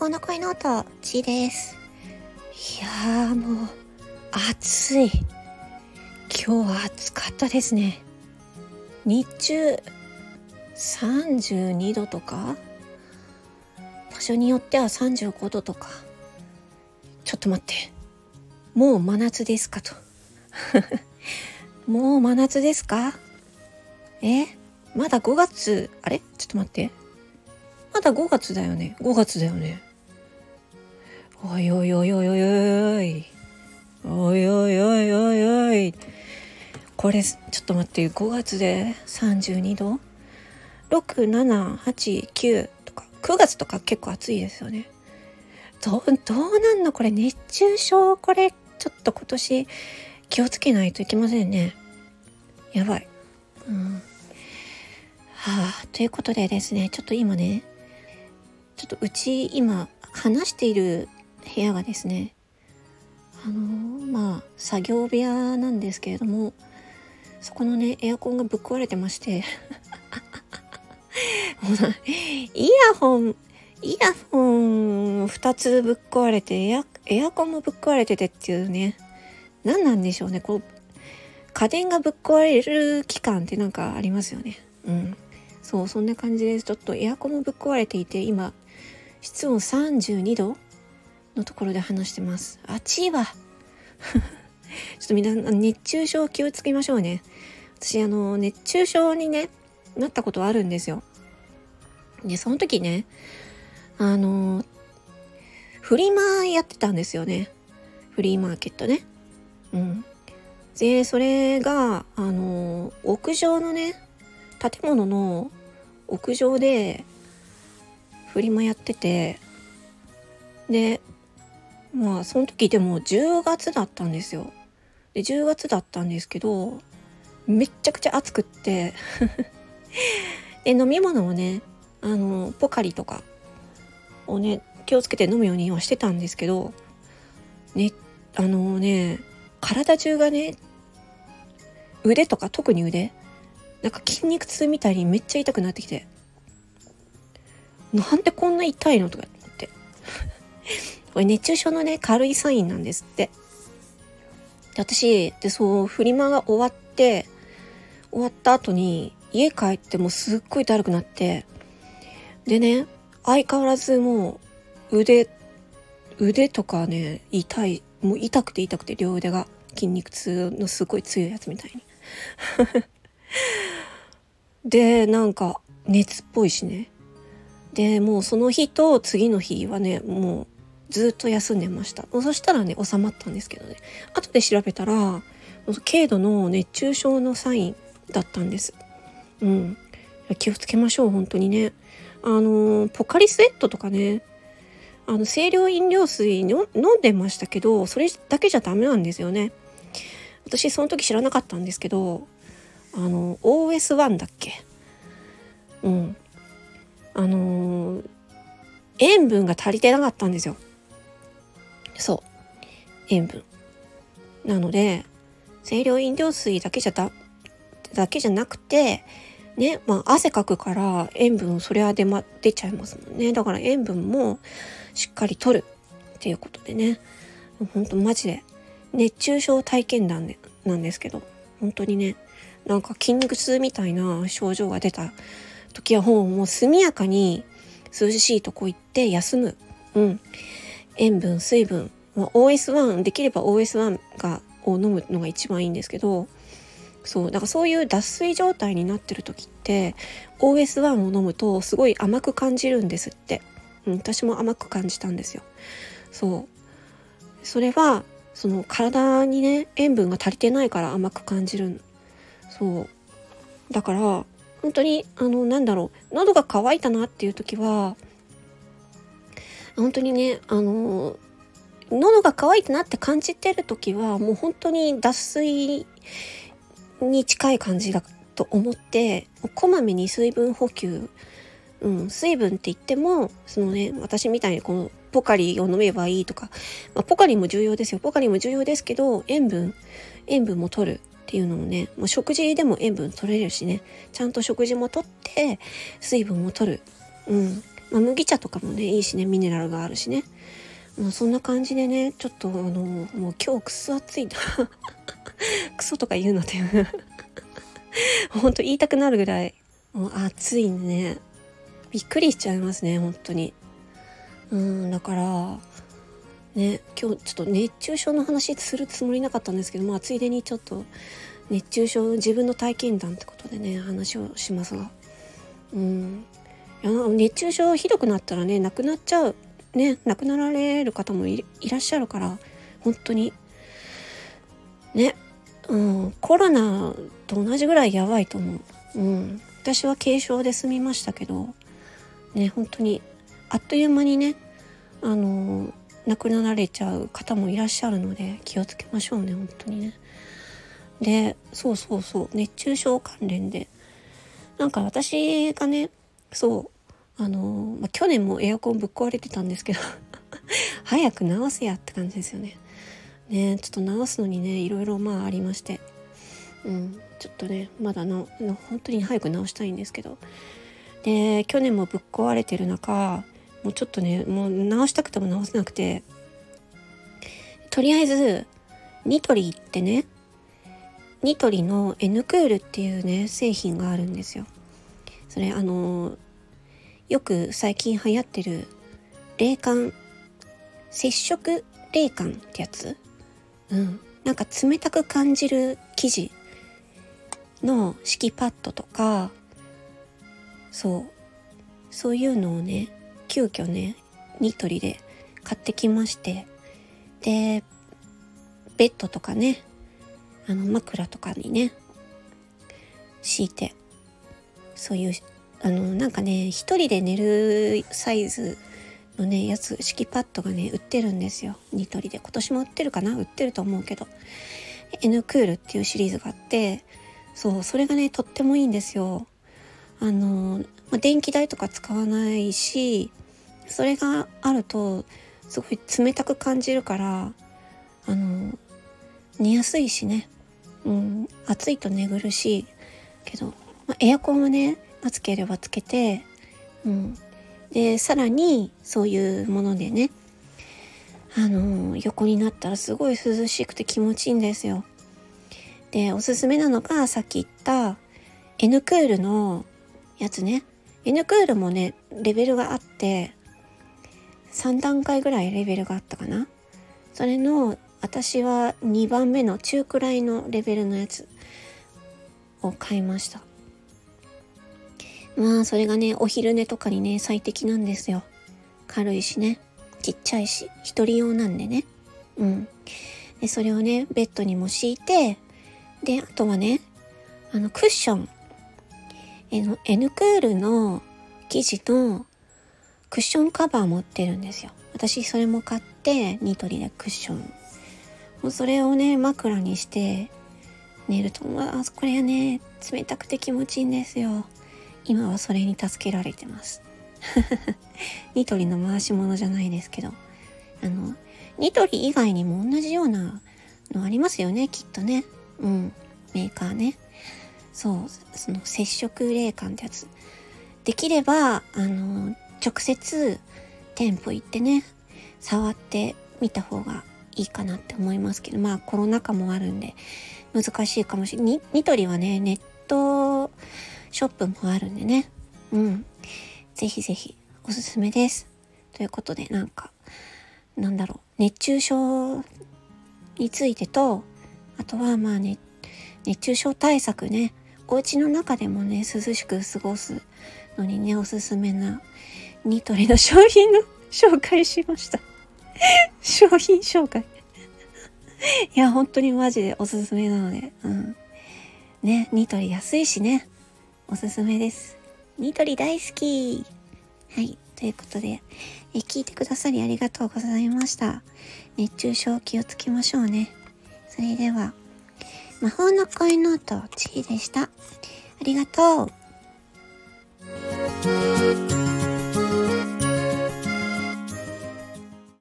この恋の音、ちです。いやーもう暑い。今日は暑かったですね。日中32度とか、場所によっては35度とか。ちょっと待って、もう真夏ですかともう真夏ですか？まだ5月、あれ？ちょっと待って、まだ5月だよね。5月だよね。おいおいおいおいおいおいおいおいおいおいおい、これちょっと待って、5月で32度、6、7、8、9とか9月とか結構暑いですよね。どうなんのこれ、熱中症、これちょっと今年気をつけないといけませんね。やばい。ということでですね、ちょっと今ね、ちょっとうち今話している部屋がですね、作業部屋なんですけれども、そこのねエアコンがぶっ壊れてましてイヤホン2つぶっ壊れて、エアコンもぶっ壊れててっていうね、何なんでしょうね。こう家電がぶっ壊れる期間ってなんかありますよね。そう、そんな感じです。ちょっとエアコンもぶっ壊れていて、今室温32度のところで話してます。暑いわちょっと皆さん熱中症気をつけましょうね。私熱中症にねなったことあるんですよ。でその時ね、フリマやってたんですよね。フリーマーケットね。でそれが屋上のね、建物の屋上でフリマやってて、でその時でも10月だったんですよ。で10月だったんですけど、めっちゃくちゃ暑くってで飲み物をね、ポカリとかをね気をつけて飲むようにはしてたんですけどね、体中がね、腕とか特に腕、なんか筋肉痛みたいにめっちゃ痛くなってきて、なんでこんな痛いのとか思ってこれ熱中症のね軽いサインなんですって。で私でそうフリマが終わった後に家帰ってもすっごいだるくなって、でね相変わらずもう腕とかねもう痛くて両腕が筋肉痛のすごい強いやつみたいにでなんか熱っぽいしね。でもうその日と次の日はねもうずっと休んでました。そしたらね収まったんですけどね、後で調べたら軽度の熱中症のサインだったんです。気をつけましょう本当にね。ポカリスエットとかね、清涼飲料水飲んでましたけど、それだけじゃダメなんですよね。私その時知らなかったんですけど、OS1 だっけ、塩分が足りてなかったんですよ。そう、塩分なので清涼飲料水だけじゃなくてね、汗かくから塩分それは出ちゃいますもんね。だから塩分もしっかり取るっていうことでね、本当マジで熱中症体験談なんですけど、本当にね、なんか筋肉痛みたいな症状が出た時はもう速やかに涼しいとこ行って休む。塩分水分、OS1 できれば OS1 を飲むのが一番いいんですけど、そうだからそういう脱水状態になってる時って OS1 を飲むとすごい甘く感じるんですって。私も甘く感じたんですよ。それはその体にね塩分が足りてないから甘く感じる。だから本当に喉が渇いたなっていう時は本当にね喉が渇いたなって感じてる時はもう本当に脱水に近い感じだと思ってこまめに水分補給、水分って言ってもそのね、私みたいにこのポカリを飲めばいいとか、ポカリも重要ですよ。ポカリも重要ですけど塩分も取るっていうのもね、食事でも塩分取れるしね、ちゃんと食事も取って水分も取る、 麦茶とかもねいいしね、ミネラルがあるしね。そんな感じでね、ちょっともう今日クソ暑いなクソとか言うのって本当言いたくなるぐらいもう暑いね。びっくりしちゃいますね、本当に。だからね、今日ちょっと熱中症の話するつもりなかったんですけど、ついでにちょっと熱中症自分の体験談ってことでね話をしますが、いや熱中症ひどくなったらね亡くなられる方もいらっしゃるから、本当にね、コロナと同じぐらいやばいと思う。私は軽症で済みましたけどね、本当にあっという間にね亡くなられちゃう方もいらっしゃるので気をつけましょうね、本当にね。で、そう熱中症関連でなんか私がね、去年もエアコンぶっ壊れてたんですけど早く直せやって感じですよね。ちょっと直すのにねいろいろありまして、ちょっとねまだ本当に早く直したいんですけど、で去年もぶっ壊れてる中、もうちょっとねもう直したくても直せなくて、とりあえずニトリ行ってね、ニトリの N クールっていうね製品があるんですよ。それよく最近流行ってる冷感、接触冷感ってやつ、なんか冷たく感じる生地の敷きパッドとか、そういうのをね急遽ねニトリで買ってきまして、でベッドとかね枕とかにね敷いて、そういうなんかね一人で寝るサイズのねやつ、敷きパッドがね売ってるんですよ、ニトリで。今年も売ってるかな、売ってると思うけど N クールっていうシリーズがあって、それがねとってもいいんですよ。電気代とか使わないし、それがあるとすごい冷たく感じるから寝やすいしね、暑いと寝苦しいけど、エアコンはね暑ければつけて、でさらにそういうものでね横になったらすごい涼しくて気持ちいいんですよ。でおすすめなのがさっき言った N クールのやつね。N クールもねレベルがあって3段階ぐらいレベルがあったかな。それの私は2番目の中くらいのレベルのやつを買いました。それがねお昼寝とかにね最適なんですよ。軽いしね、ちっちゃいし、一人用なんでね。でそれをねベッドにも敷いて、であとはねクッション、N クールの生地のクッションカバー持ってるんですよ。私それも買ってニトリでクッション、もうそれをね枕にして寝るとこれはね冷たくて気持ちいいんですよ。今はそれに助けられてますニトリの回し物じゃないですけど、ニトリ以外にも同じようなのありますよね、きっとね。メーカーね。その接触冷感ってやつ、できれば直接店舗行ってね触ってみた方がいいかなって思いますけど、コロナ禍もあるんで難しいかもしれない。ニトリはねネットショップもあるんでね、ぜひぜひおすすめです。ということで熱中症についてと、あとは熱中症対策ね、お家の中でもね涼しく過ごすのにねおすすめなニトリの商品の紹介しました商品紹介いや本当にマジでおすすめなので、ニトリ安いしねおすすめです。ニトリ大好き。はい、ということで聞いてくださりありがとうございました。熱中症気をつけましょうね。それでは魔法の恋ノートちいでした。ありがとう。